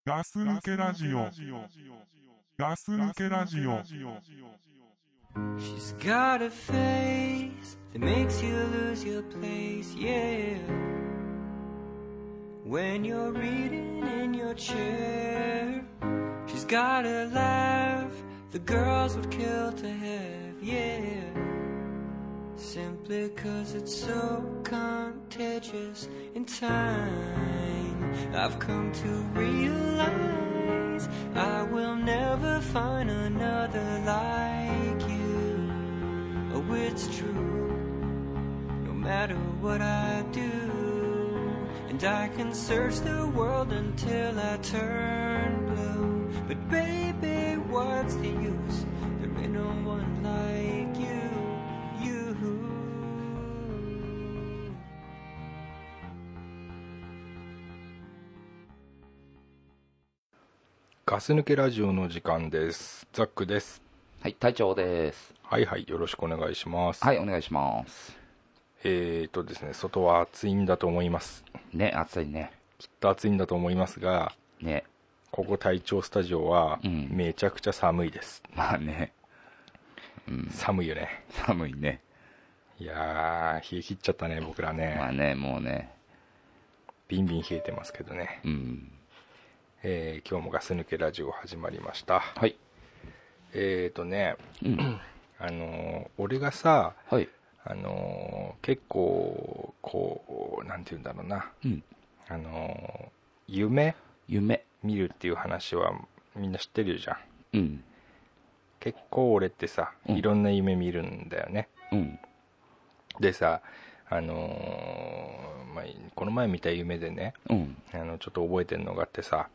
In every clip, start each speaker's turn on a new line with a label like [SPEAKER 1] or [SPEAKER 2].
[SPEAKER 1] ガス抜けラジオ。ガス抜けラジオ。
[SPEAKER 2] She's got a face that makes you lose your place, yeah. When you're reading in your chair, she's got a laugh the girls would kill to have, yeah. Simply 'cause it's so contagious in time, I've come to realize I will never find another like you. Oh, it's true, no matter what I do, and I can search the world until I turn blue, but baby, what's the use? There ain't no one like you.
[SPEAKER 3] ガス抜けラジオの時間です。ザックです。
[SPEAKER 4] はい、隊長です。
[SPEAKER 3] はいはい、よろしくお願いします。
[SPEAKER 4] はい、お願いします。
[SPEAKER 3] ですね、外は暑いんだと思います。
[SPEAKER 4] ね、暑いね。
[SPEAKER 3] きっと暑いんだと思いますが、
[SPEAKER 4] ね、
[SPEAKER 3] ここ隊長スタジオはめちゃくちゃ寒いです。
[SPEAKER 4] まあね、
[SPEAKER 3] 寒いよね。
[SPEAKER 4] 寒いね。
[SPEAKER 3] いやー、冷え切っちゃったね、僕らね。
[SPEAKER 4] まあね、もうね、
[SPEAKER 3] ビンビン冷えてますけどね。今日もガス抜けラジオ始まりました。
[SPEAKER 4] はい。
[SPEAKER 3] 俺がさ、
[SPEAKER 4] はい、
[SPEAKER 3] 結構こうなんていうんだろうな、夢見るっていう話はみんな知ってるじゃん。結構俺ってさ、いろんな夢見るんだよね。でさ、この前見た夢でね、ちょっと覚えてるのがあってさ、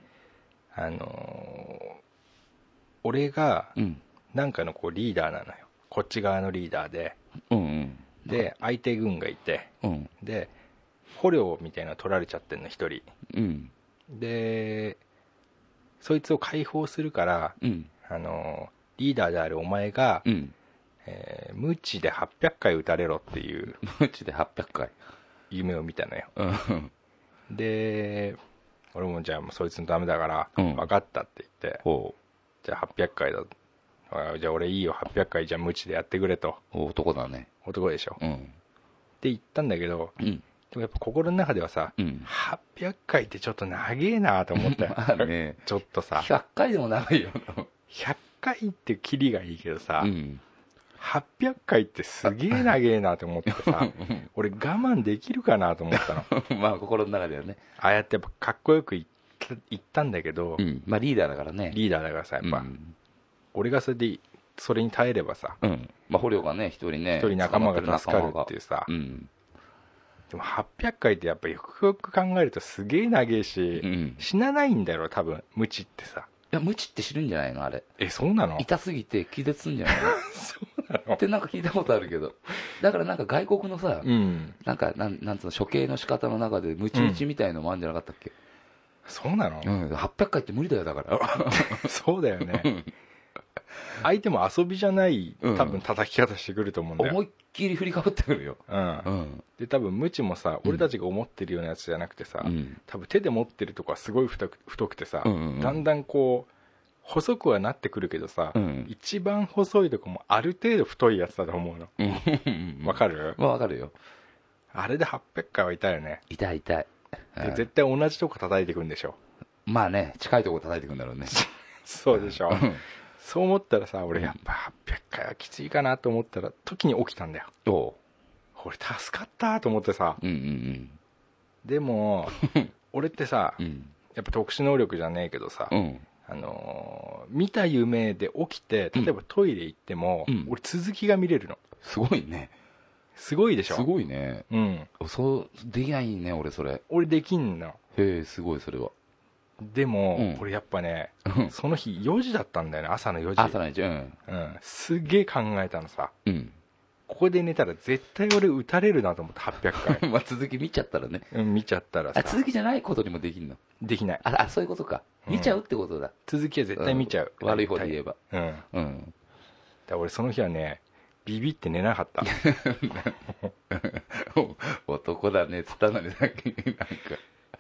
[SPEAKER 3] 俺がなんかのこうリーダーなのよ。こっち側のリーダーで、で相手軍がいて、で捕虜みたいなの取られちゃってんの一人、でそいつを解放するから、リーダーであるお前が、無知で800回打たれろっていう
[SPEAKER 4] 無知で800回
[SPEAKER 3] 夢を見たのよ。で俺もじゃあもうそいつのダメだから、分かったって言って、じゃあ800回だ、じゃあ俺いいよ800回じゃあ無知でやってくれと。
[SPEAKER 4] 男だね。
[SPEAKER 3] 男でしょ、って言ったんだけど、でもやっぱ心の中ではさ、800回ってちょっと長えなと思ったよ。
[SPEAKER 4] まあね、
[SPEAKER 3] ちょっとさ
[SPEAKER 4] 100回でも長いよ。
[SPEAKER 3] 100回ってキリがいいけどさ、800回ってすげえ長えなと思ってさ俺我慢できるかなと思ったの。
[SPEAKER 4] まあ心の中ではね、
[SPEAKER 3] ああやってやっぱかっこよく言ったんだけど、
[SPEAKER 4] まあリーダーだからね。
[SPEAKER 3] リーダーだからさ、やっぱ、俺がそれに耐えればさ、
[SPEAKER 4] まあ捕虜がね一人
[SPEAKER 3] 仲間が助かるっていうさ、でも800回ってやっぱよくよく考えるとすげえ長えし、死なないんだろ多分無知ってさ。
[SPEAKER 4] いや、無知って死ぬんじゃないのあれ。
[SPEAKER 3] そうなの？
[SPEAKER 4] 痛すぎて気絶すんじゃないの
[SPEAKER 3] そうなの
[SPEAKER 4] ってなんか聞いたことあるけど。だからなんか外国のさ、なんかなんつうの処刑の仕方の中でムチ打ちみたいのもあるんじゃなかったっけ？
[SPEAKER 3] そうなの
[SPEAKER 4] ？800回って無理だよだから
[SPEAKER 3] そうだよね。相手も遊びじゃない多分叩き方してくると思うんだよ。
[SPEAKER 4] 思いっきり振りかぶってくるよ。
[SPEAKER 3] で多分無知もさ、俺たちが思ってるようなやつじゃなくてさ、多分手で持ってるとこはすごい太くてさ、だんだんこう細くはなってくるけどさ、一番細いとこもある程度太いやつだと思うの。わかる？
[SPEAKER 4] わかるよ。
[SPEAKER 3] あれで800回は痛いよね。
[SPEAKER 4] 痛い痛い。
[SPEAKER 3] で絶対同じとこ叩いてくんでしょ。
[SPEAKER 4] まあね、近いとこ叩いてくんだろうね。
[SPEAKER 3] そうでしょ。そう思ったらさ、俺やっぱ800回はきついかなと思ったら時に起きたんだよ。俺助かったと思ってさ、でも俺ってさ、やっぱ特殊能力じゃねえけどさ、見た夢で起きて例えばトイレ行っても、俺続きが見れるの。
[SPEAKER 4] すごいね。
[SPEAKER 3] すごいでしょ。
[SPEAKER 4] すごいね。そうできないね俺それ。
[SPEAKER 3] 俺できんの。
[SPEAKER 4] へえ、すごいそれは。
[SPEAKER 3] でも、俺やっぱね、その日4時だったんだよね。朝の4時。
[SPEAKER 4] 朝の4時。
[SPEAKER 3] すげえ考えたのさ、ここで寝たら絶対俺打たれるなと思って800回
[SPEAKER 4] まあ続き見ちゃったらね。
[SPEAKER 3] 見ちゃったらさ。
[SPEAKER 4] 続きじゃないことにもできんの？
[SPEAKER 3] できない。
[SPEAKER 4] そういうことか。見ちゃうってことだ。
[SPEAKER 3] 続きは絶対見ちゃう。
[SPEAKER 4] 悪い方で言えば。
[SPEAKER 3] だ俺その日はね、ビビって寝なかった。
[SPEAKER 4] 男だねっつったのにさっきなんか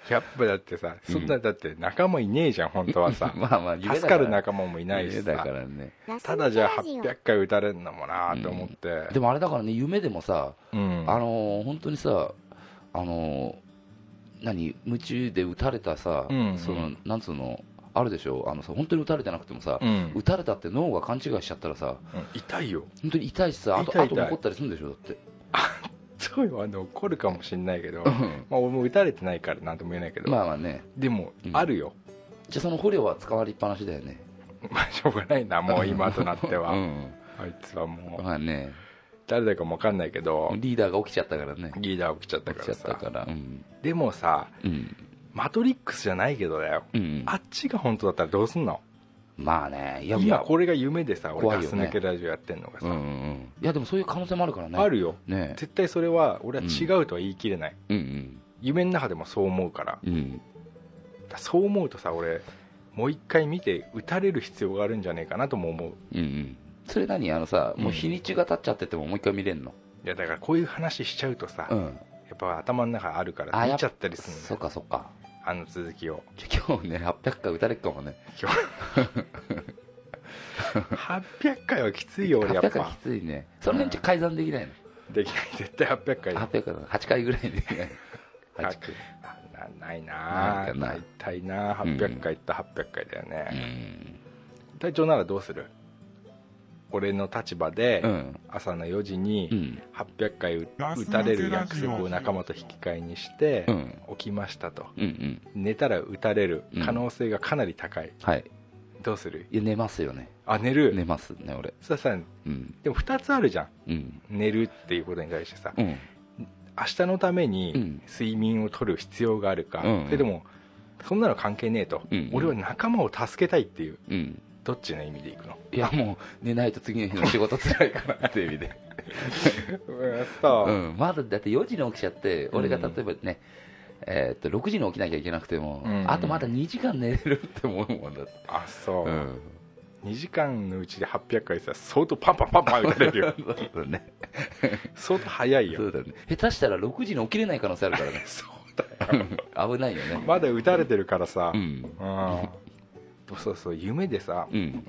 [SPEAKER 3] やっぱだってさ、そんなだって仲間いねえじゃん本当はさ
[SPEAKER 4] まあまあ
[SPEAKER 3] 助かる仲間もいないしさ、
[SPEAKER 4] だからね、
[SPEAKER 3] ただじゃあ800回打たれるのもなと思って、
[SPEAKER 4] でもあれだからね、夢でもさ、
[SPEAKER 3] うん、
[SPEAKER 4] 本当にさ、夢中で打たれたさ、そのなんつうのあるでしょ、本当に打たれてなくてもさ、打たれたって脳が勘違いしちゃったらさ、
[SPEAKER 3] 痛いよ、
[SPEAKER 4] 本当に痛いしさ、あと残ったりするんでしょ、だって。
[SPEAKER 3] そうよ、怒るかもしんないけど、まあ俺も打たれてないからなんとも言えないけど、
[SPEAKER 4] まあまあね、
[SPEAKER 3] でも、あるよ。
[SPEAKER 4] じゃあその捕虜は使われっぱなしだよね。
[SPEAKER 3] まあしょうがないな、もう今となっては、あいつはもう、
[SPEAKER 4] まあね、
[SPEAKER 3] 誰だかも分かんないけど、
[SPEAKER 4] リーダーが起きちゃったからね、
[SPEAKER 3] リーダー起きちゃったからさ、でもさ、マトリックスじゃないけどだよ、あっちが本当だったらどうすんの。
[SPEAKER 4] まあね、
[SPEAKER 3] 今これが夢でさ、俺ガス抜けラジオやってんのがさ、
[SPEAKER 4] いやでもそういう可能性もあるからね。
[SPEAKER 3] あるよ、絶対それは俺は違うとは言い切れない、夢の中でもそう思うから、そう思うとさ、俺もう一回見て打たれる必要があるんじゃねえかなとも思う。
[SPEAKER 4] それ何さ、もう日にちが経っちゃっててももう一回見れんの。
[SPEAKER 3] いやだからこういう話しちゃうとさ、やっぱ頭の中あるから見ちゃったりするんだよ。
[SPEAKER 4] そっかそっか、
[SPEAKER 3] 続きを。
[SPEAKER 4] 今日ね800回打たれっかもね。
[SPEAKER 3] 今日800回はきついよ俺、やっぱ
[SPEAKER 4] 800回きついね。その辺改ざんできないの。
[SPEAKER 3] できない、絶対800回
[SPEAKER 4] 8回ぐらいできない。
[SPEAKER 3] ないなぁ、大体な800回って800回だよね。隊長ならどうする？俺の立場で朝の4時に800回打たれる約束を仲間と引き換えにして起きましたと、寝たら打たれる可能性がかなり高い、どうする？
[SPEAKER 4] いや寝ますよね。
[SPEAKER 3] 寝る？
[SPEAKER 4] 寝ますね俺。
[SPEAKER 3] そしたらさ、でも2つあるじゃん、寝るっていうことに対してさ、明日のために睡眠を取る必要があるか、それでもそんなの関係ねえと、俺は仲間を助けたいっていう、どっちの意味でいくの？
[SPEAKER 4] いやもう寝ないと次の日の仕事つらいからっていう意味でまだだって4時に起きちゃって、俺が例えばね、6時に起きなきゃいけなくても、あとまだ2時間寝れるって思うもんだって。
[SPEAKER 3] あ、そう、2時間のうちで800回さ、相当パンパンパンパン打たれるよ
[SPEAKER 4] そうだね
[SPEAKER 3] 相当早いよ。
[SPEAKER 4] そうだね、下手したら6時に起きれない可能性あるからね
[SPEAKER 3] そうだよ
[SPEAKER 4] 危ないよね。
[SPEAKER 3] まだ打たれてるからさ、そうそう、夢でさ、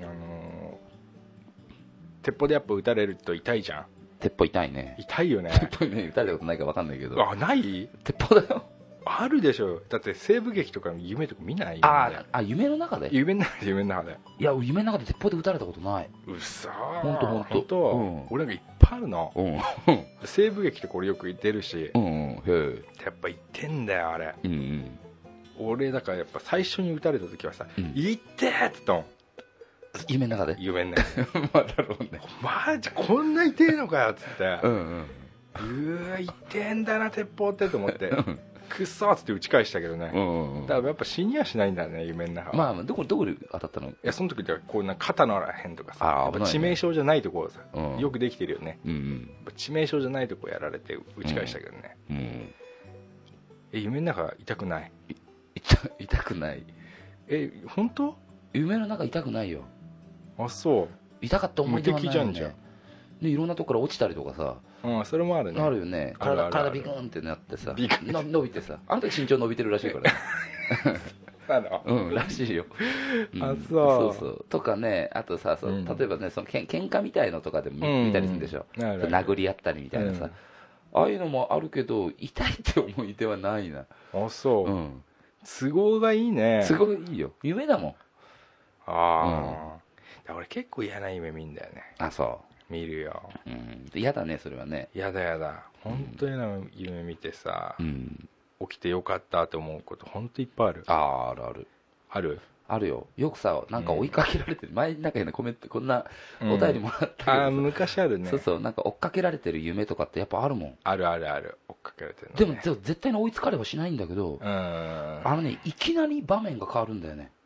[SPEAKER 3] 鉄砲でやっぱ打たれると痛いじゃん。
[SPEAKER 4] 鉄砲痛いね。
[SPEAKER 3] 痛いよね。
[SPEAKER 4] 鉄砲ね、打たれたことないか分かんないけど。
[SPEAKER 3] ない？
[SPEAKER 4] 鉄砲だよ。
[SPEAKER 3] あるでしょ。だって西部劇とかの夢とか見ない？
[SPEAKER 4] 夢の中で？
[SPEAKER 3] 夢の中で、夢の中で。
[SPEAKER 4] いや夢の中で鉄砲で撃たれたことない。
[SPEAKER 3] うっそー。
[SPEAKER 4] 本当。
[SPEAKER 3] 俺なんかいっぱいあるの。西部劇とか俺よく行ってるし、やっぱ行ってんだよあれ。俺だからやっぱ最初に撃たれた時はさ、行ってーって言ったもん。
[SPEAKER 4] 夢の中で？
[SPEAKER 3] 夢の中で
[SPEAKER 4] まあだろうね。
[SPEAKER 3] マジこんな痛えのかよっつって、うわ痛えんだな鉄砲ってと思ってくっそーっつって打ち返したけどね。だからやっぱ死にはしないんだね夢の中は。ま
[SPEAKER 4] あどこで当たったの？い
[SPEAKER 3] やその時ではこうな肩の辺とかさ、致命傷じゃないところさ、よくできてるよね。致命傷じゃないとこやられて打ち返したけどね。夢の中痛くない？
[SPEAKER 4] 痛くない。
[SPEAKER 3] 本当？
[SPEAKER 4] 夢の中痛くないよ。
[SPEAKER 3] あ、そう。
[SPEAKER 4] 痛かった思い出はないよね。
[SPEAKER 3] 無敵じゃん。
[SPEAKER 4] でいろんなとこから落ちたりとかさ、
[SPEAKER 3] それもあるね。
[SPEAKER 4] あるよね。体ビクンってなってさ、伸びてさ、あの時身長伸びてるらしいからねらしいよ。そうとかね、あとさ、例えばね、その喧嘩みたいのとかでも見たりするんでしょ。殴り合ったりみたいなさ、ああいうのもあるけど痛いって思い出はないな。
[SPEAKER 3] あ、そう。都合がいいね。
[SPEAKER 4] 都合いいよ。夢だもん。
[SPEAKER 3] 俺結構嫌な夢見んだよね。
[SPEAKER 4] あ、そう。
[SPEAKER 3] 見るよ。
[SPEAKER 4] 嫌だねそれはね。
[SPEAKER 3] 嫌だ。本当に夢見てさ、起きてよかったと思うこと本当いっぱいある。ある
[SPEAKER 4] あるよ。よくさ、なんか追いかけられてる、前になんかコメントこんなお便りもらったけど、
[SPEAKER 3] 昔あるね。
[SPEAKER 4] そうなんか追っかけられてる夢とかってやっぱあるもん。
[SPEAKER 3] ある追っかけられてるの、
[SPEAKER 4] でも絶対に追いつかれはしないんだけど、いきなり場面が変わるんだよね。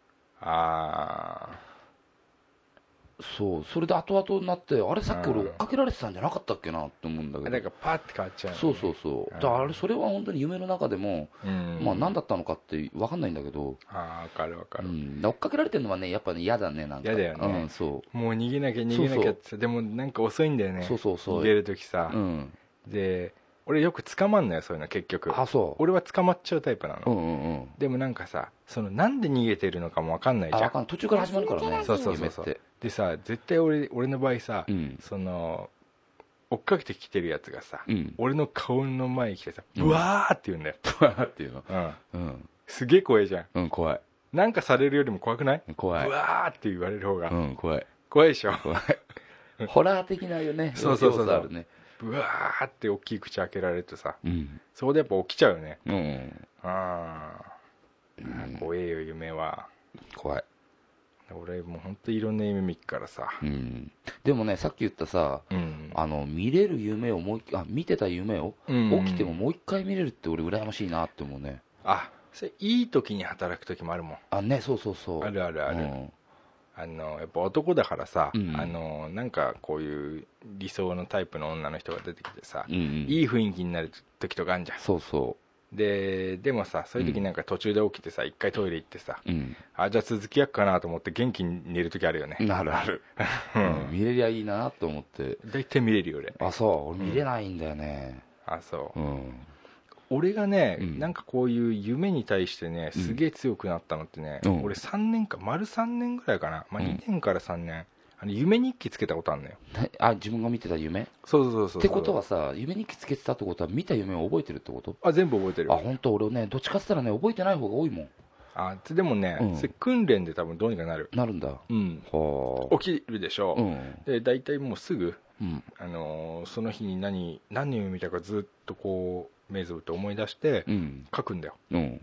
[SPEAKER 4] そう、それで後々になって、あれさっき俺追っかけられてたんじゃなかったっけなって思うんだけど、
[SPEAKER 3] なんかパッて変わっちゃう、ね、
[SPEAKER 4] そうだからそれは本当に夢の中でも、まあ何だったのかって分かんないんだけど、
[SPEAKER 3] 分かる、
[SPEAKER 4] 追っかけられてるのはねやっぱね嫌だね。なんか
[SPEAKER 3] 嫌だよね、そうもう逃げなきゃって、でもなんか遅いんだよね。逃げるときさ、で俺よく捕まんのよそういうの結局。
[SPEAKER 4] そう
[SPEAKER 3] 俺は捕まっちゃうタイプなの、でもなんかさ、なんで逃げてるのかも分かんないじゃん。
[SPEAKER 4] 途中から始まるからね。
[SPEAKER 3] そうでさ、絶対俺の場合さ、追っかけてきてるやつがさ、俺の顔の前に来てさ、ブワーって言うんだよ。
[SPEAKER 4] ブワーっていうの。
[SPEAKER 3] すげえ怖いじゃん。
[SPEAKER 4] 怖い。
[SPEAKER 3] なんかされるよりも怖くない？
[SPEAKER 4] 怖い。
[SPEAKER 3] ブワーって言われる方が。
[SPEAKER 4] 怖い。
[SPEAKER 3] 怖いでしょ。
[SPEAKER 4] 怖い。ホラー的なよね。
[SPEAKER 3] そうあるね。ブワーって大きい口開けられるとさ、そこでやっぱ起きちゃうよね。怖えよ夢は。
[SPEAKER 4] 怖い。
[SPEAKER 3] 俺もう本当にいろんな夢見っからさ。
[SPEAKER 4] でもね、さっき言ったさ、見れる夢を見てた夢を起きてももう一回見れるって俺羨ましいなって思うね。
[SPEAKER 3] それいい時に働く時もあるもん。
[SPEAKER 4] そう
[SPEAKER 3] あるある。やっぱ男だからさ、なんかこういう理想のタイプの女の人が出てきてさ、いい雰囲気になる時とかあるじゃん。でもさ、そういう時なんか途中で起きてさ、一回トイレ行ってさ、じゃあ続きやっかなと思って元気に寝る時あるよね。
[SPEAKER 4] ある見れりゃいいなと思って。
[SPEAKER 3] 大体見れるよ俺。
[SPEAKER 4] 俺見れないんだよね。
[SPEAKER 3] 俺がね、なんかこういう夢に対してね、すげえ強くなったのってね、俺丸3年ぐらいかな、2年から3年、夢日記つけたことあるのよ。
[SPEAKER 4] 自分が見てた夢？
[SPEAKER 3] そう
[SPEAKER 4] ってことはさ、夢日記つけてたってことは見た夢を覚えてるってこと？
[SPEAKER 3] 全部覚えてる。
[SPEAKER 4] 本当？俺ね、どっちかって言ったらね、覚えてない方が多いもん。
[SPEAKER 3] でもね、訓練で多分どうにかなる
[SPEAKER 4] んだ。
[SPEAKER 3] 起きるでしょ。で大体もうすぐ、その日に何を夢見たかずっとこう目つぶって思い出して書くんだよ。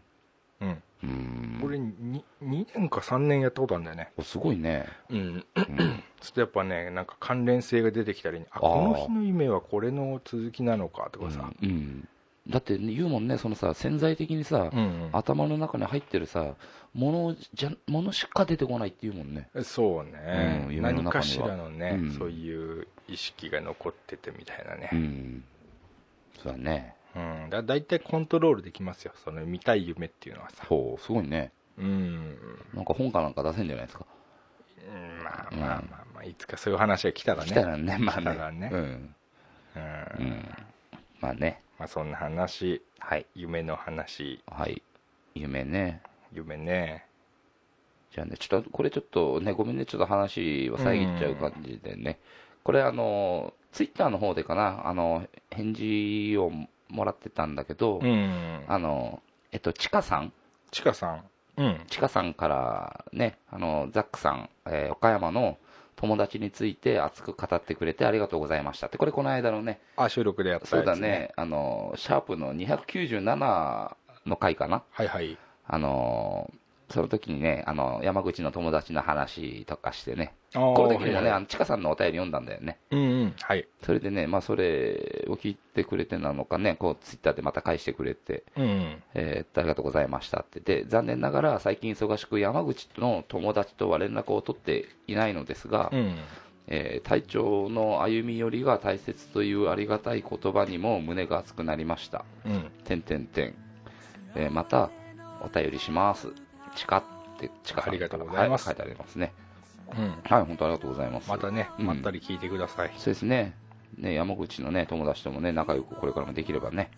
[SPEAKER 3] 俺2年か3年やったことあるんだよね。
[SPEAKER 4] すごいね。
[SPEAKER 3] ちょっとやっぱね、なんか関連性が出てきたり、この日の夢はこれの続きなのかとかさ。
[SPEAKER 4] だって言うもんね、潜在的にさ、頭の中に入ってるさ、ものしか出てこないって言うもんね。
[SPEAKER 3] そうね、何かしらのね、そういう意識が残っててみたいなね。
[SPEAKER 4] そうだね。
[SPEAKER 3] だいたいコントロールできますよ、その見たい夢っていうのはさ。
[SPEAKER 4] すごいね。なんか本かなんか出せんじゃないですか。
[SPEAKER 3] まあいつかそういう話が来たらね。
[SPEAKER 4] まあね。
[SPEAKER 3] そんな話。夢の話。
[SPEAKER 4] 夢ね。じゃあね、これちょっとね、ごめんね、ちょっと話は遮っちゃう感じでね。これツイッターの方でかな、返事をもらってたんだけど、ちかさんからね、ザックさん、岡山の友達について熱く語ってくれてありがとうございましたって。これこの間のね、
[SPEAKER 3] 収録でやったやつね。
[SPEAKER 4] そうだね、シャープの297の回かな。その時にね、山口の友達の話とかしてね、この時にもね、ちかさんのお便り読んだんだよね。それでね、それを聞いてくれてなのかね、ツイッターでまた返してくれて、ありがとうございましたって。で、残念ながら最近忙しく山口の友達とは連絡を取っていないのですが、体調の歩み寄りが大切というありがたい言葉にも胸が熱くなりました。またお便りします。ちかさんから、
[SPEAKER 3] ありがとうございます。
[SPEAKER 4] 書いてありますね。本当ありがとうございます。
[SPEAKER 3] またね、まったり聞いてください。
[SPEAKER 4] そうですね。山口のね、友達ともね、仲良くこれからもできればね。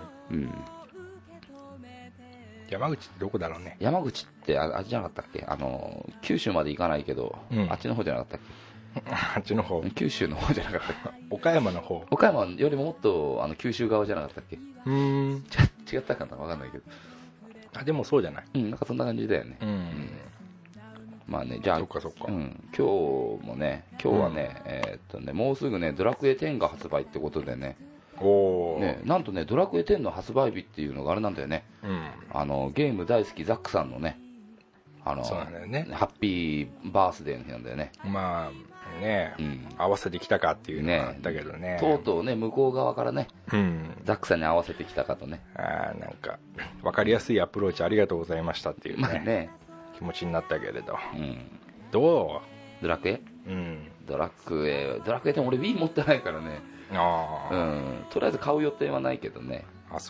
[SPEAKER 3] 山口ってどこだろうね。
[SPEAKER 4] 山口ってあれじゃなかったっけ、九州まで行かないけど、あっちの方じゃなかったっけ。
[SPEAKER 3] あっちの方。
[SPEAKER 4] 九州の方じゃなかったっけ。
[SPEAKER 3] 岡山の方。
[SPEAKER 4] 岡山よりももっと九州側じゃなかったっけ。違ったかな、分かんないけど。
[SPEAKER 3] でもそうじゃない。
[SPEAKER 4] なんかそんな感じだよね。まあね、じゃあ今日もね、今日はね、もうすぐね、ドラクエ10が発売ってことでね。なんとね、ドラクエ10の発売日っていうのがあれなんだよね。ゲーム大好きザックさんのね、
[SPEAKER 3] そうなんだよね、
[SPEAKER 4] ハッピーバースデーの日なんだよね。
[SPEAKER 3] 合わせてきたかっていうのがあったけどね、
[SPEAKER 4] とうとうね、向こう側からね、ザックさんに合わせてきたかとね。
[SPEAKER 3] なんか分かりやすいアプローチありがとうございましたっていうね、気持ちになったけれど、どう
[SPEAKER 4] ドラクエ。ドラクエでも俺 Wii 持ってないからね。とりあえず買う予定はないけどね。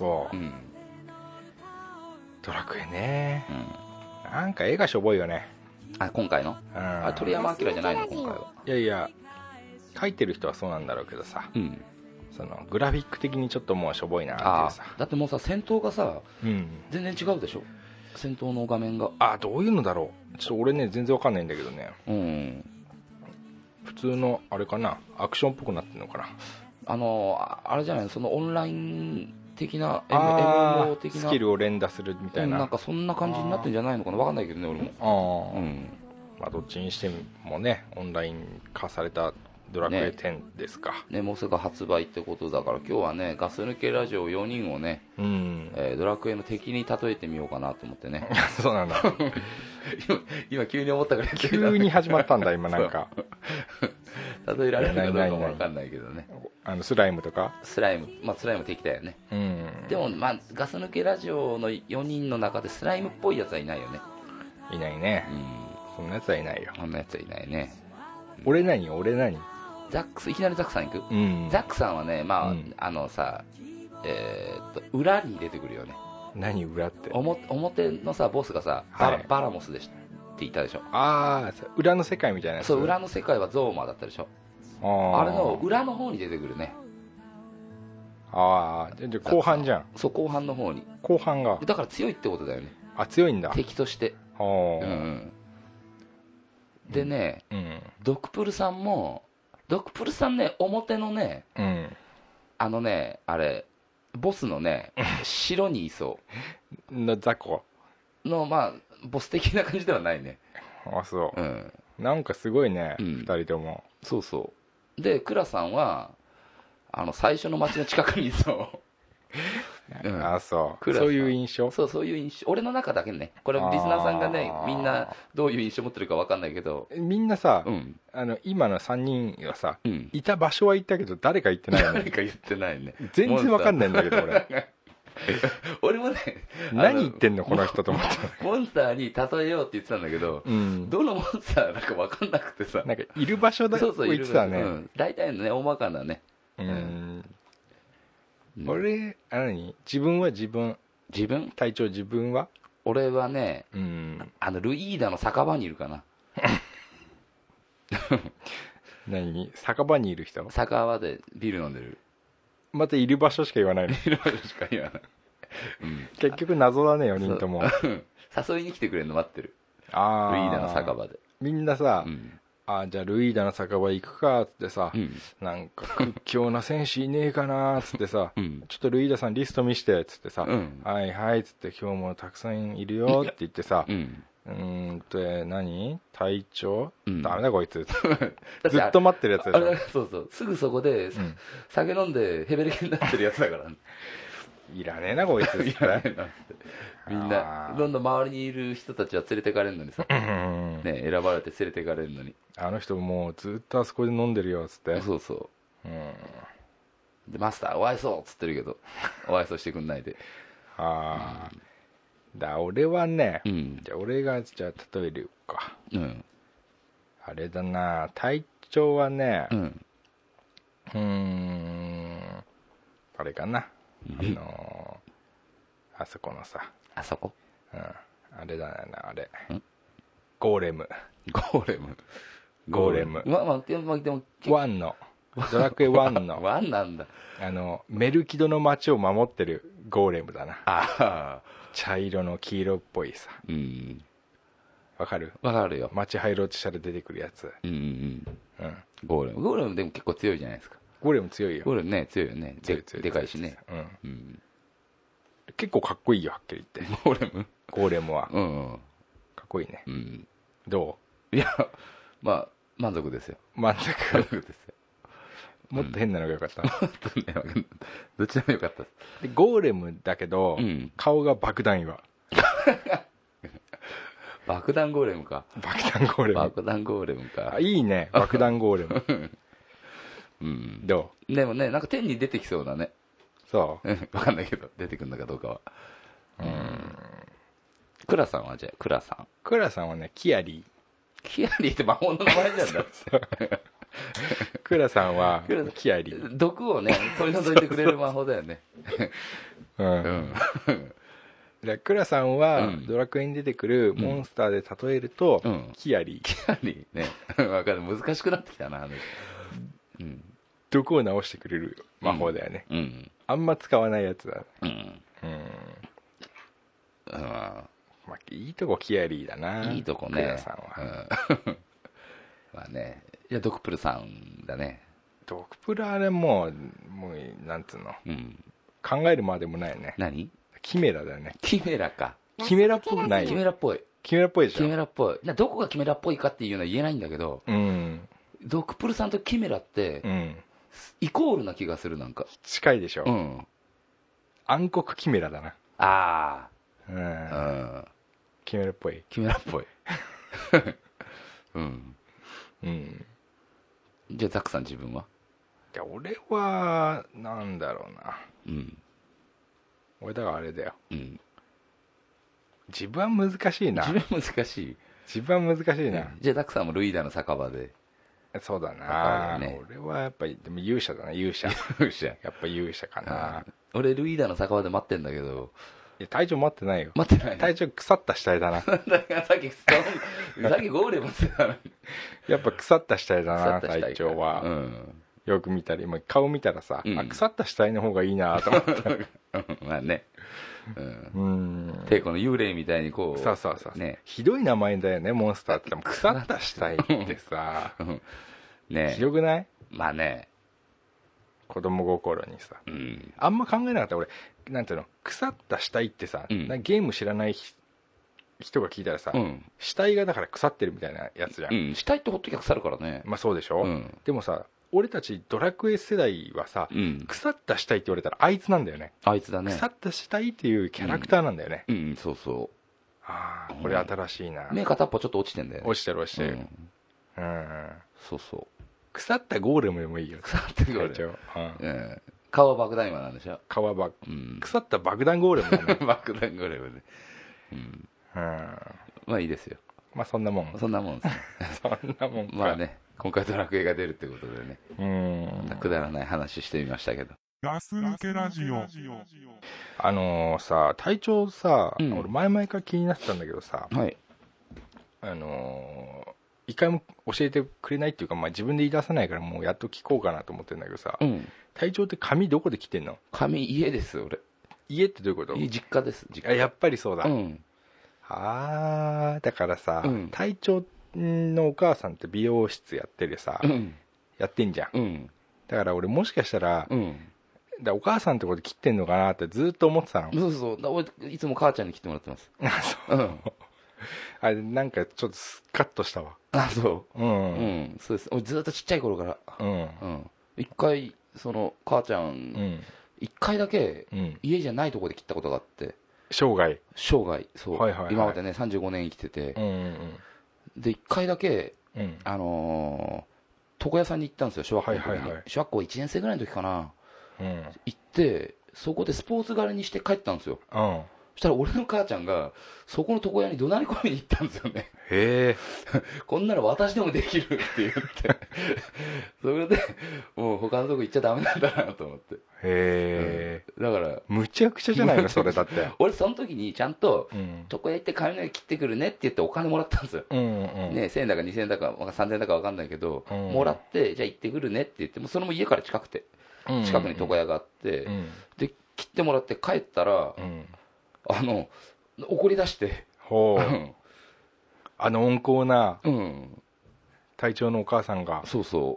[SPEAKER 3] ドラクエね、なんか絵がしょぼいよね。
[SPEAKER 4] 今回の鳥山明じゃないの今回は。
[SPEAKER 3] いやいや、描いてる人はそうなんだろうけどさ、 そのグラフィック的にちょっともうしょぼいなっていうさ。
[SPEAKER 4] だってもうさ、戦闘がさ、全然違うでしょ、戦闘の画面が。
[SPEAKER 3] どういうのだろう、ちょっと俺ね全然わかんないんだけどね。普通のあれかな、アクションっぽくなってるのかな。
[SPEAKER 4] あれじゃない、そのオンライン的な MMO 的な
[SPEAKER 3] スキルを連打するみたいな、
[SPEAKER 4] なんかそんな感じになってるんじゃないのかな、わかんないけどね俺も。
[SPEAKER 3] まあどっちにしてもね、オンライン化されたドラクエ10ですか
[SPEAKER 4] ね、もうすぐ発売ってことだから、今日はねガス抜けラジオ4人をね、ドラクエの敵に例えてみようかなと思ってね。
[SPEAKER 3] そうなんだ
[SPEAKER 4] 今急に思ったから
[SPEAKER 3] 急に始まったんだ今なんか
[SPEAKER 4] 例えられるかどうかも分かんないけどね。
[SPEAKER 3] スライムとか。
[SPEAKER 4] スライム敵だよね。でもまあガス抜けラジオの4人の中でスライムっぽいやつはいないよね。
[SPEAKER 3] いないね。そんなやつはいないよ。
[SPEAKER 4] そんなやつはいないね。
[SPEAKER 3] 俺何
[SPEAKER 4] ザックス、いきなりザックさん行く、ザックさんはね、まあ、さ、裏に出てくるよね。
[SPEAKER 3] 何裏って？
[SPEAKER 4] 表のさボスがさ、バラモスでって言ったでしょ。
[SPEAKER 3] 裏の世界みたいなやつ。
[SPEAKER 4] そう、裏の世界はゾーマだったでしょ。あれの裏の方に出てくるね。
[SPEAKER 3] じゃ後半じゃん。
[SPEAKER 4] そう、後半の方に。
[SPEAKER 3] 後半が
[SPEAKER 4] だから強いってことだよね。
[SPEAKER 3] 強いんだ、
[SPEAKER 4] 敵として。でね、ドクプルさんね、表のね、あれボスのね城にいそう
[SPEAKER 3] 雑魚
[SPEAKER 4] の、まあボス的な感じではないね。
[SPEAKER 3] そう、なんかすごいね、2人とも。
[SPEAKER 4] そうそうで、クラさんは最初の街の近くにいそう
[SPEAKER 3] そういう印象。
[SPEAKER 4] そういう印象、俺の中だけね。これリスナーさんがねみんなどういう印象持ってるか分かんないけど、
[SPEAKER 3] みんなさ、今の3人はさ、いた場所は行ったけど誰か行ってないよね。
[SPEAKER 4] 誰か言ってないね。
[SPEAKER 3] 全然分かんないんだけど
[SPEAKER 4] 俺もね、
[SPEAKER 3] 何言ってんのこの人と思って
[SPEAKER 4] モンスターに例えようって言ってたんだけど、どのモンスターなんか分かんなくてさ、
[SPEAKER 3] なんかいる場所だと言ってたね。
[SPEAKER 4] 大体のね大まかなね。
[SPEAKER 3] 俺自分は自分隊長自分は
[SPEAKER 4] 俺はね、ルイーダの酒場にいるかな。
[SPEAKER 3] 酒場にいる人？
[SPEAKER 4] 酒場でビール飲んでる。
[SPEAKER 3] またいる場所しか言わないの。
[SPEAKER 4] いる場所しか言わない。
[SPEAKER 3] 結局謎だね4人とも。
[SPEAKER 4] 誘いに来てくれるの待ってる。ルイーダの酒場で
[SPEAKER 3] みんなさ、じゃあルイーダの酒場行くかっつってさ、なんか屈強な戦士いねえかなっつってさ、ちょっとルイーダさんリスト見してっつってさ、はいはいっつって今日もたくさんいるよって言ってさ、何隊長、ダメだこいつずっと待ってるやつでしょ。
[SPEAKER 4] そうそう、すぐそこで、酒飲んでヘベレケになってるやつだから
[SPEAKER 3] いらねえなこいつ
[SPEAKER 4] いらねえなってみんなどんどん周りにいる人たちは連れてかれるのにさ、ね、選ばれて連れてかれるのに、
[SPEAKER 3] あの人もうずっとあそこで飲んでるよっつって。
[SPEAKER 4] そうそう、でマスターお愛想っつってるけどお愛想してくんないで。
[SPEAKER 3] 俺はね、じゃあ俺が例えるか、あれだな、隊長はね、あれかな、あそこのさ、
[SPEAKER 4] あそこ、
[SPEAKER 3] あれだな、あれゴーレム
[SPEAKER 4] でも
[SPEAKER 3] 1のドラクエ1の
[SPEAKER 4] 1なんだ、
[SPEAKER 3] メルキドの街を守ってるゴーレムだな。茶色の黄色っぽいさ、わかる？
[SPEAKER 4] わかるよ。
[SPEAKER 3] 街入ろうとしたら出てくるやつ。
[SPEAKER 4] ゴーレムでも結構強いじゃないですか。
[SPEAKER 3] ゴーレム強いよ。
[SPEAKER 4] ゴーレムね、強いよね。でかいしね。
[SPEAKER 3] 結構かっこいいよ、はっきり言って。ゴーレムはかっこいいね。ど
[SPEAKER 4] う？いや、まあ満足ですよ。
[SPEAKER 3] 満足
[SPEAKER 4] ですよ。
[SPEAKER 3] もっと変なのがよかった。
[SPEAKER 4] どっちでもよかった
[SPEAKER 3] でゴーレムだけど、顔が爆弾岩。
[SPEAKER 4] 爆弾ゴーレムか。
[SPEAKER 3] 爆弾ゴーレムか。いいね、爆弾ゴーレム。ど
[SPEAKER 4] う？でもね、なんか天に出てきそうだね。
[SPEAKER 3] そう
[SPEAKER 4] 分かんないけど出てくるのかどうかは。クラさんはじゃあクラさん
[SPEAKER 3] はね、キアリ
[SPEAKER 4] ーって魔法の名前じゃんだ。
[SPEAKER 3] クラさんはキアリー、
[SPEAKER 4] 毒をね取り除いてくれる魔法だよね。
[SPEAKER 3] クラさんはドラクエに出てくるモンスターで例えると、キアリー
[SPEAKER 4] ね、分かる、難しくなってきたな。
[SPEAKER 3] 毒を治してくれる魔法だよね、あんま使わないやつだね。まあ、いいとこキアリーだな。
[SPEAKER 4] いいとこね、クラさんは。まあね、いやドクプルさんだね。
[SPEAKER 3] ドクプルあれもうなんつうの、考えるまでもないよね。
[SPEAKER 4] 何？
[SPEAKER 3] キメラだよね。
[SPEAKER 4] キメラか。
[SPEAKER 3] キメラっぽくない？
[SPEAKER 4] キメラっぽい。
[SPEAKER 3] キメラっぽいでしょ。
[SPEAKER 4] キメラっぽい。どこがキメラっぽいかっていうのは言えないんだけど、ドクプルさんとキメラって、イコールな気がする。なんか
[SPEAKER 3] 近いでしょ。暗黒キメラだな。
[SPEAKER 4] あ
[SPEAKER 3] あ、キメラっぽい。
[SPEAKER 4] キメラっぽい。じゃあザックさん自分は？
[SPEAKER 3] いや俺はなんだろうな、俺だからあれだよ、自分は難しいな。
[SPEAKER 4] 自分難しい。
[SPEAKER 3] 自分は難しいな。
[SPEAKER 4] じゃあザックさんもルイーダの酒場で。
[SPEAKER 3] そうだな、俺はやっぱりでも勇者だな。勇者やっぱ勇者かな。
[SPEAKER 4] 俺ルイーダの酒場で待ってんだけど。
[SPEAKER 3] いや隊長待ってないよ。
[SPEAKER 4] 待ってない。
[SPEAKER 3] 隊長腐った死体だな。
[SPEAKER 4] だからさっきゴーレムってたのに。
[SPEAKER 3] やっぱ腐った死体だな隊長は。よく見たら今顔見たらさ、腐った死体の方がいいなと思った。
[SPEAKER 4] まあね。でこの幽霊みたいにこう。
[SPEAKER 3] そうひどい名前だよねモンスターって。腐った死体ってさ、ひどくない？
[SPEAKER 4] まあね。
[SPEAKER 3] 子供心にさ、あんま考えなかった。俺なんていうの、腐った死体ってさ、ゲーム知らない人が聞いたらさ、死体がだから腐ってるみたいなやつじゃん。
[SPEAKER 4] 死体ってほっときゃ腐るからね。
[SPEAKER 3] まあそうでしょ。でもさ俺たちドラクエ世代はさ、腐った死体って言われたらあいつなんだよね。
[SPEAKER 4] あいつだね。
[SPEAKER 3] 腐った死体っていうキャラクターなんだよね。
[SPEAKER 4] そうそう。
[SPEAKER 3] ああこれ新しいな。
[SPEAKER 4] 目片っぽちょっと落ちてんだよね。
[SPEAKER 3] 落ちてる
[SPEAKER 4] そうそう。
[SPEAKER 3] 腐ったゴーレムでもいいよ。
[SPEAKER 4] 腐ったゴーレム。顔は爆弾魔なんでしょ。
[SPEAKER 3] 顔は腐った爆弾ゴーレムだね。
[SPEAKER 4] 爆弾ゴーレムで。まあいいですよ。
[SPEAKER 3] まあそんなもん。
[SPEAKER 4] そんなもんですね。
[SPEAKER 3] そんなもんか。
[SPEAKER 4] まあね、今回ドラクエが出るってことでね。くだらない話してみましたけど。
[SPEAKER 1] ガス抜けラジオ。
[SPEAKER 3] さ、隊長さ、俺前々から気になってたんだけどさ、一回も教えてくれないっていうか、まあ、自分で言い出さないからもうやっと聞こうかなと思ってるんだけどさ、隊長って髪どこで切ってんの？
[SPEAKER 4] 髪家です俺。
[SPEAKER 3] 家ってどういうこと？
[SPEAKER 4] 実家です。実家。
[SPEAKER 3] やっぱりそうだ。だからさ、隊長のお母さんって美容室やってるさ、やってんじゃん。だから俺もしかしたら、お母さんってことで切ってんのかなってずっと思ってたの。
[SPEAKER 4] そう俺いつも母ちゃんに切ってもらってます。
[SPEAKER 3] あれなんかちょっとスカッとしたわ。
[SPEAKER 4] そう。そうです。俺ずっとちっちゃい頃から。一回その母ちゃん一回だけ家じゃないとこで切ったことがあって。
[SPEAKER 3] 生涯
[SPEAKER 4] そう。今までね35年生きてて。で一回だけ床屋さんに行ったんですよ。小学校の時に。小学校1年生ぐらいの時かな。行ってそこでスポーツ刈りにして帰ったんですよ。そしたら俺の母ちゃんがそこの床屋に怒鳴り込みに行ったんですよね。
[SPEAKER 3] へえ。
[SPEAKER 4] こんなの私でもできるって言ってそれでもう他のとこ行っちゃダメなんだなと思って。
[SPEAKER 3] へえ、
[SPEAKER 4] だから
[SPEAKER 3] むちゃくちゃじゃないのそれだって
[SPEAKER 4] 俺その時にちゃんと床屋行って髪の毛切ってくるねって言ってお金もらったんですよ、ね、1000円だか2000円だか3000円だか分かんないけど、もらってじゃあ行ってくるねって言ってもそれも家から近くて近くに床屋があって、で切ってもらって帰ったら、怒り出して
[SPEAKER 3] 温厚な隊長のお母さんが
[SPEAKER 4] そう、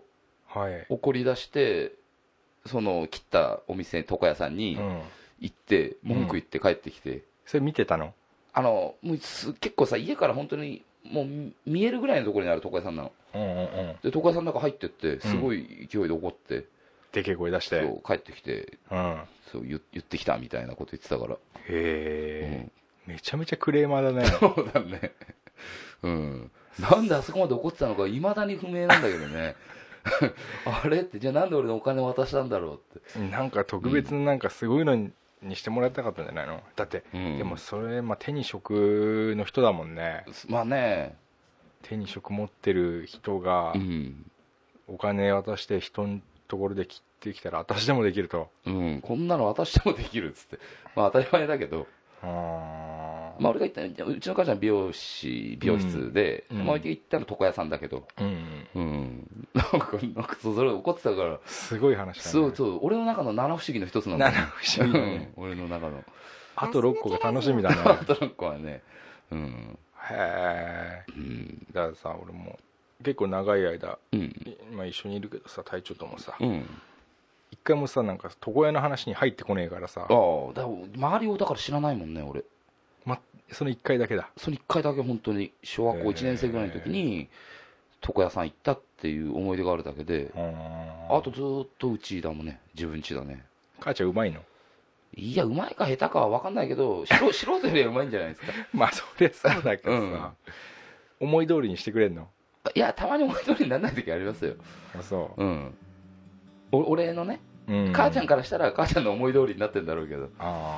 [SPEAKER 4] 怒り出してその切ったお店床屋さんに行って文句言って帰ってきて、
[SPEAKER 3] それ見てたの？
[SPEAKER 4] もう結構さ家から本当にもう見えるぐらいのところにある床屋さんなの、で床屋さんの中入ってってすごい勢いで怒って、
[SPEAKER 3] でけえ声出して
[SPEAKER 4] そう帰ってきて、そう言ってきたみたいなこと言ってたから。
[SPEAKER 3] へえ、めちゃめちゃクレーマーだね。
[SPEAKER 4] そうだね。なんであそこまで怒ってたのかいまだに不明なんだけどね。あれってじゃあなんで俺のお金渡したんだろうって。
[SPEAKER 3] なんか特別なんかすごいのにしてもらいたかったんじゃないの？だって、でもそれ、手に職の人だもんね。
[SPEAKER 4] まあね、
[SPEAKER 3] 手に職持ってる人がお金渡して人のところで切ってきたら私でもできると、
[SPEAKER 4] こんなの私でもできるっつって、当たり前だけど、 まあ、俺が行ったうちの母ちゃん美容室で、まあ、行ったの床屋さんだけど、なんかそれ怒ってたから、
[SPEAKER 3] すごい話だね。
[SPEAKER 4] そう、俺の中の七不思議の一つなんだよ。
[SPEAKER 3] 七不思議だね。
[SPEAKER 4] 俺の中の
[SPEAKER 3] あと6個が楽しみだね。
[SPEAKER 4] あと6個はね。へ
[SPEAKER 3] え。だからさ、俺も結構長い間、まあ一緒にいるけどさ、隊長ともさ、一回もさ、なんか床屋の話に入ってこねえからさ。
[SPEAKER 4] だから周りをだから知らないもんね、俺。
[SPEAKER 3] その1回だけだ。
[SPEAKER 4] その1回だけ、本当に小学校1年生ぐらいの時に床屋さん行ったっていう思い出があるだけで、あとずっとうちだもんね、自分家だね。
[SPEAKER 3] 母ちゃんうまいの？
[SPEAKER 4] いや、うまいか下手かは分かんないけど、素人よりはうまいんじゃないですか。
[SPEAKER 3] まあそりゃそうだけどさ、思い通りにしてくれんの？
[SPEAKER 4] いや、たまに思い通りにならない時ありますよ。
[SPEAKER 3] そう。
[SPEAKER 4] 俺のね、母ちゃんからしたら母ちゃんの思い通りになってんだろうけど。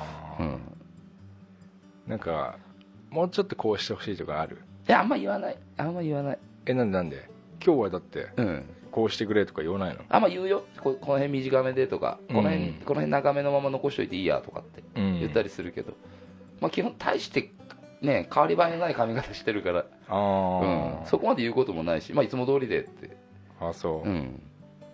[SPEAKER 3] なんかもうちょっとこうしてほしいとかある？
[SPEAKER 4] いや、あんま言わない。
[SPEAKER 3] なんで今日はだってこうしてくれとか言わないの？
[SPEAKER 4] あんま言うよ。この辺短めでとか、この辺長めのまま残しといていいやとかって言ったりするけど、まあ基本大してね、変わり映えのない髪型してるから、そこまで言うこともないし、まあいつも通りでって。
[SPEAKER 3] そう、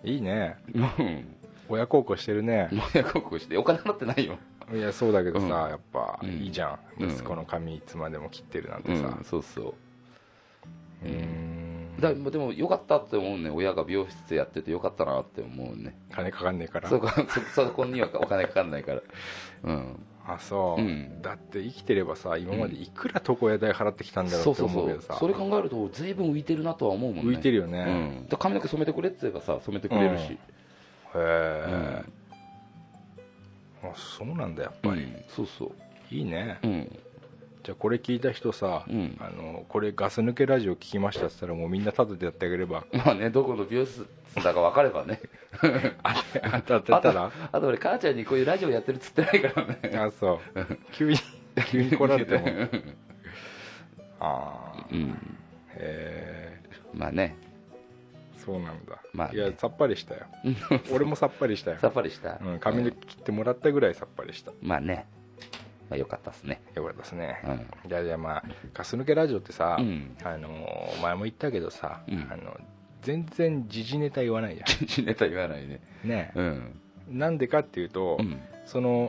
[SPEAKER 3] いいね。親孝行してるね。
[SPEAKER 4] 親孝行してお金払ってないよ。
[SPEAKER 3] いや、そうだけどさ、やっぱいいじゃん、息子の髪いつまでも切ってるなんてさ。
[SPEAKER 4] そうそう。でもよかったって思うね。親が美容室やっててよかったなって思うね。
[SPEAKER 3] 金かかんねえから。
[SPEAKER 4] そこにはお金かかんないから。
[SPEAKER 3] そう、だって生きてればさ、今までいくら床屋代払ってきたんだろうって思うけどさ、
[SPEAKER 4] それ考えると随分浮いてるなとは思うもんね。
[SPEAKER 3] 浮いてるよね。
[SPEAKER 4] 髪の毛染めてくれって言えばさ、染めてくれるし。へ
[SPEAKER 3] え。そうなんだ、やっぱり。
[SPEAKER 4] そう
[SPEAKER 3] いいね。じゃあこれ聞いた人さ、これガス抜けラジオ聞きましたって言ったらもうみんな立ててやってあげれば。
[SPEAKER 4] まあね、どこの美容室だか分かればね。
[SPEAKER 3] 当てたら、
[SPEAKER 4] あと俺母ちゃんにこういうラジオやってるっつってないからね。
[SPEAKER 3] そう急に来られても
[SPEAKER 4] まあね、
[SPEAKER 3] そうなんだ。
[SPEAKER 4] まあ
[SPEAKER 3] いや、さっぱりしたよ。俺もさっぱりしたよ。
[SPEAKER 4] さっぱりした。
[SPEAKER 3] 髪の毛切ってもらったぐらいさっぱりした。
[SPEAKER 4] まあね、まあよかったですね。
[SPEAKER 3] よかったですね。じゃあまあガス抜けラジオってさ、前も言ったけどさ、全然時事ネタ言わないじゃん。
[SPEAKER 4] 時事ネタ言わないね。
[SPEAKER 3] ね。なんでかっていうと、その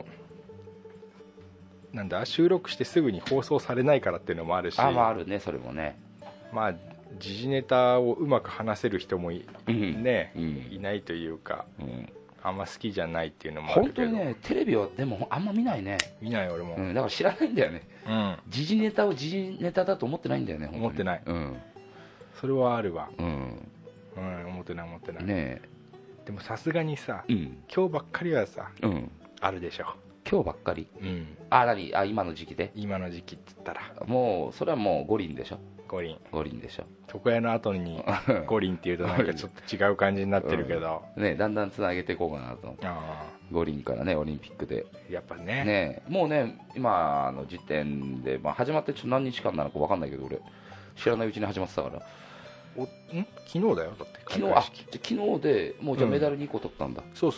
[SPEAKER 3] なんだ、収録してすぐに放送されないからっていうのもあるし。
[SPEAKER 4] まああるね、それもね。
[SPEAKER 3] まあ時事ネタをうまく話せる人もいないというか、あんま好きじゃないっていうのもあるけど。
[SPEAKER 4] 本当にね、テレビはでもあんま見ないね。
[SPEAKER 3] 見ない俺も。
[SPEAKER 4] だから知らないんだよね。時事ネタを時事ネタだと思ってないんだよね。
[SPEAKER 3] 思ってない。それはあるわ。思ってないね。でもさすがにさ、今日ばっかりはさ、あるでしょ。
[SPEAKER 4] 今日ばっかり。今の時期で。
[SPEAKER 3] 今の時期っつったら
[SPEAKER 4] もうそれはもう五輪でしょ。
[SPEAKER 3] 五輪
[SPEAKER 4] でしょ。
[SPEAKER 3] 床屋の後に五輪っていうとなんかちょっと違う感じになってるけど、
[SPEAKER 4] ね、だんだんつなげていこうかなと。五輪からね、オリンピックで
[SPEAKER 3] やっぱね、
[SPEAKER 4] もうね、今の時点で、始まってちょっと何日間なのか分かんないけど、俺知らないうちに始まってたから。
[SPEAKER 3] 昨日だよ。だって
[SPEAKER 4] 昨日でもうじゃあメダル2個取ったんだ。
[SPEAKER 3] そう。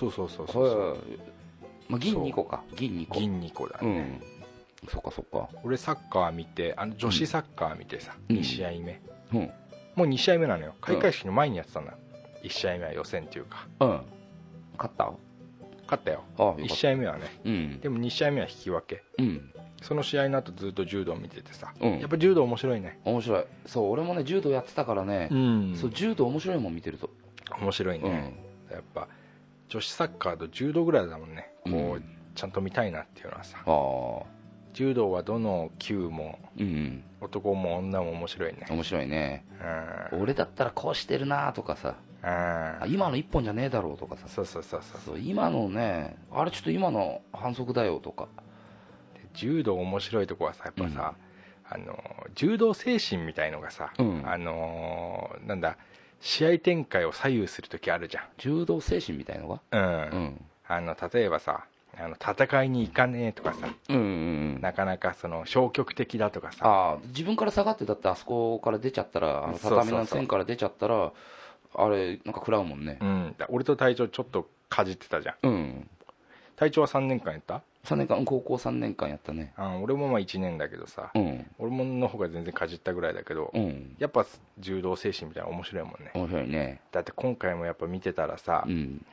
[SPEAKER 4] 銀2個か。銀
[SPEAKER 3] 2個だね。
[SPEAKER 4] そっか。
[SPEAKER 3] 俺サッカー見て、女子サッカー見てさ、2試合目、もう2試合目なのよ。開会式の前にやってたんだ。1試合目は予選っていうか。
[SPEAKER 4] 勝ったよ。
[SPEAKER 3] 1試合目はね。でも2試合目は引き分け。その試合の後ずっと柔道見ててさ、やっぱ柔道面白いね。
[SPEAKER 4] 面白い。そう、俺もね柔道やってたからね。そう柔道面白いもん、見てると
[SPEAKER 3] 面白いね。やっぱ女子サッカーと柔道ぐらいだもんね、こうちゃんと見たいなっていうのはさ。柔道はどの級も男も女も面白いね。
[SPEAKER 4] 面白いね。俺だったらこうしてるなとかさ、今の一本じゃねえだろうとかさ。そう今のね、あれちょっと今の反則だよとか。
[SPEAKER 3] 柔道面白いとこはさ、やっぱさ、柔道精神みたいのがさ、なんだ、試合展開を左右するときあるじゃん。
[SPEAKER 4] 柔道精神みたいのが、
[SPEAKER 3] 例えばさ、戦いに行かねえとかさ、なかなかその消極的だとかさ、
[SPEAKER 4] 自分から下がって、だってあそこから出ちゃったら、畳の線から出ちゃったら、あれなんか食らうもんね。
[SPEAKER 3] 俺と隊長ちょっとかじってたじゃん。隊長は3年間やった？
[SPEAKER 4] 3年間、高校3年間やったね。
[SPEAKER 3] 俺もまあ1年だけどさ、俺もの方が全然かじったぐらいだけど、やっぱ柔道精神みたいな面白いもんね。
[SPEAKER 4] 面白いね。
[SPEAKER 3] だって今回もやっぱ見てたらさ、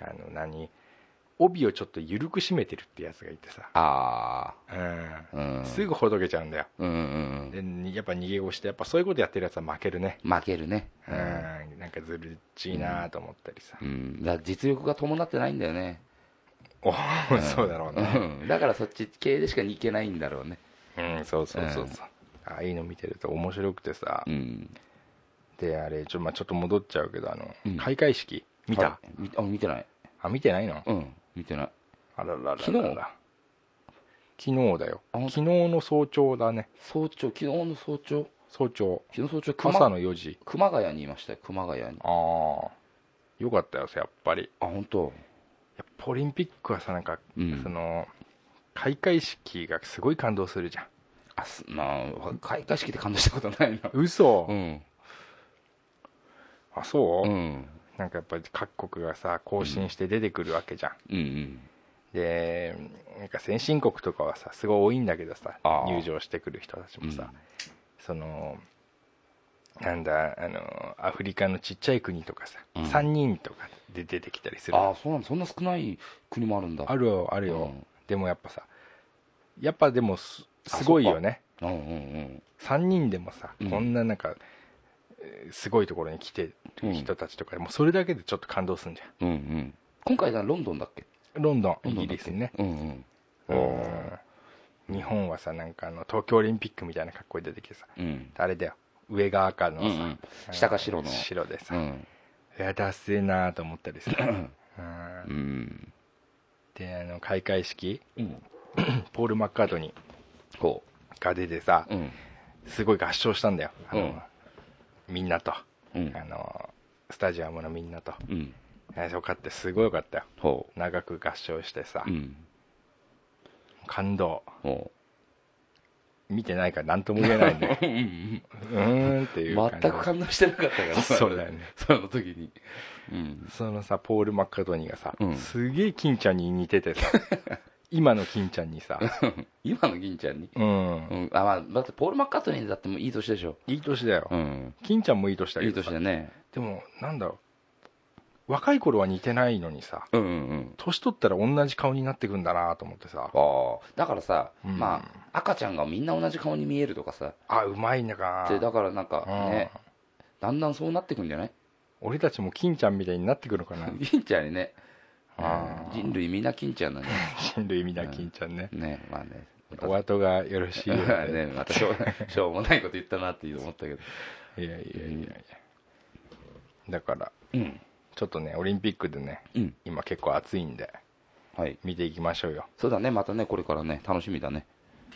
[SPEAKER 3] 帯をちょっと緩く締めてるってやつがいてさ、すぐほどけちゃうんだよ。でやっぱ逃げ腰して、やっぱそういうことやってるやつは負けるね。
[SPEAKER 4] 負けるね。
[SPEAKER 3] なんかずるっちいなと思ったりさ、
[SPEAKER 4] だから実力が伴ってないんだよね。
[SPEAKER 3] そうだろうね。
[SPEAKER 4] だからそっち系でしかいけないんだろうね。
[SPEAKER 3] そう。ああいうの見てると面白くてさ、であれちょっと戻っちゃうけど、開会式見た？
[SPEAKER 4] 見てない。
[SPEAKER 3] 見てないの？
[SPEAKER 4] 見てない。
[SPEAKER 3] あらららら。昨日だよ。昨日の早朝だね。
[SPEAKER 4] 昨日の早朝。
[SPEAKER 3] 朝の4時。
[SPEAKER 4] 熊谷にいましたよ。熊谷に。
[SPEAKER 3] よかったよやっぱり。
[SPEAKER 4] 本当。
[SPEAKER 3] やっぱオリンピックはさ、なんか、その開会式がすごい感動するじゃん。
[SPEAKER 4] 開会式で感動したことないな。
[SPEAKER 3] 嘘。そう。なんかやっぱり各国がさ行進して出てくるわけじゃん。でなんか先進国とかはさすごい多いんだけどさ、入場してくる人たちもさ、そのなんだアフリカのちっちゃい国とかさ、3人とかで出てきたりする。
[SPEAKER 4] そうなんだ。そんな少ない国もあるんだ。
[SPEAKER 3] あるよ、でもやっぱさ、でもすごいよね。3人でもさ、こんななんかすごいところに来てる人たちとか、もうそれだけでちょっと感動するんじゃん。
[SPEAKER 4] 今回はロンドンだっけ？
[SPEAKER 3] ロンドン、イギリスね。日本はさ、なんか東京オリンピックみたいな格好で出てきてさ、あれだよ、上が赤のさ、
[SPEAKER 4] 下が白の
[SPEAKER 3] 白でさ、いやダッセーなーと思ったりさ。で開会式、ポール・マッカートニーが出てさ、すごい合唱したんだよ、みんなと、スタジアムのみんなと。よかった、すごいよかったよ。長く合唱してさ、感動。見てないから何とも言えないね。っていう感じ。
[SPEAKER 4] 全く感動してなかったから。
[SPEAKER 3] そうだよね。
[SPEAKER 4] その時に。
[SPEAKER 3] そのさ、ポール・マッカートニーがさ、すげえ金ちゃんに似ててさ、今の金ちゃんにさ。
[SPEAKER 4] 今の金ちゃんに？だってポール・マッカートニーだってもいい年でしょ。
[SPEAKER 3] いい年だよ。金ちゃんもいい年だけどさ。
[SPEAKER 4] いい年だね。
[SPEAKER 3] でも、なんだろう。若い頃は似てないのにさ、年取ったら同じ顔になってくんだなと思ってさ。
[SPEAKER 4] だからさ、赤ちゃんがみんな同じ顔に見えるとかさ、
[SPEAKER 3] うまいんだか
[SPEAKER 4] な。だからなんかね、だんだんそうなってくんじゃない？
[SPEAKER 3] 俺たちも金ちゃんみたいになってくるのかな。
[SPEAKER 4] 金ちゃんにね。人類みんな金ちゃんなんだね。
[SPEAKER 3] 人類みんな金ちゃんね。
[SPEAKER 4] ね。
[SPEAKER 3] お後がよろしいよ
[SPEAKER 4] ね。またしょうもないこと言ったなって思ったけど。
[SPEAKER 3] いや。だから、ちょっとね、オリンピックでね、今結構暑いんで、見ていきましょうよ。
[SPEAKER 4] そうだね、またね、これからね、楽しみだね。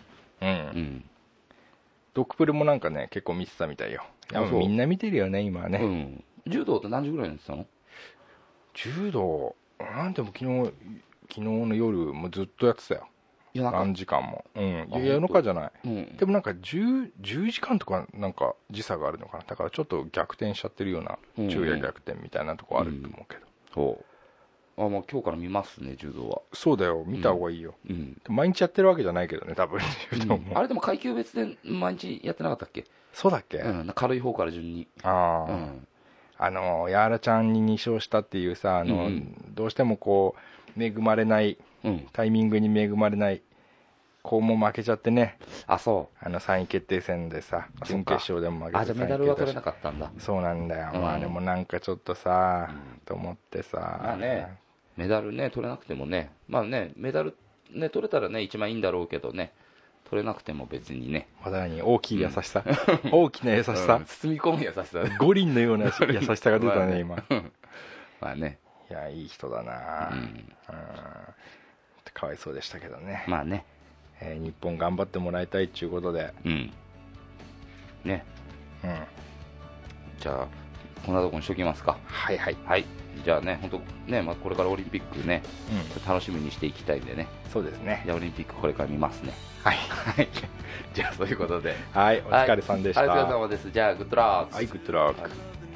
[SPEAKER 3] ドクプルもなんかね、結構見てたみたいよ。みんな見てるよね、今はね。
[SPEAKER 4] 柔道って何時ぐらいにやってたの？
[SPEAKER 3] 柔道、なんでも昨日の夜もずっとやってたよ。何時間も。夜中じゃない。でもなんか10時間とかなんか時差があるのかな。だからちょっと逆転しちゃってるような、昼夜逆転みたいなとこあると思うけど。
[SPEAKER 4] もう今日から見ますね、柔道は。
[SPEAKER 3] そうだよ、見た方がいいよ。毎日やってるわけじじゃないけどね、多分。
[SPEAKER 4] あれでも階級別で毎日やってなかったっけ？
[SPEAKER 3] そうだっけ？
[SPEAKER 4] 軽い方から順に。
[SPEAKER 3] ヤーラちゃんに2勝したっていうさ、どうしてもこう恵まれない、タイミングに恵まれない子も負けちゃってね。
[SPEAKER 4] そう。
[SPEAKER 3] 3位決定戦でさ、準決勝でも負けて。
[SPEAKER 4] じゃあメダルは取れなかったんだ。
[SPEAKER 3] そうなんだよ。でもなんかちょっとさ、と思ってさ。
[SPEAKER 4] メダルね、取れなくてもね、メダルね、取れたらね、一番いいんだろうけどね、取れなくても別にね。
[SPEAKER 3] まだに大きい優しさ。大きな優しさ。
[SPEAKER 4] 包み込む優しさ。
[SPEAKER 3] 五輪のような優しさが出たね、今。
[SPEAKER 4] ね。
[SPEAKER 3] いや、いい人だな。かわいそうでしたけどね。日本頑張ってもらいたいっていうことで。
[SPEAKER 4] ね。じゃあ、こんなとこにしときますか。
[SPEAKER 3] はい。
[SPEAKER 4] じゃあね、本当ね、これからオリンピックね、楽しみにしていきたいんでね。
[SPEAKER 3] そうですね。
[SPEAKER 4] じゃあオリンピックこれから見ますね。
[SPEAKER 3] はい。
[SPEAKER 4] じゃあそういうことで。
[SPEAKER 3] はい、お疲れさんでした。
[SPEAKER 4] お疲れ様です。じゃあ、グッドラック。
[SPEAKER 3] はい、グッドラック。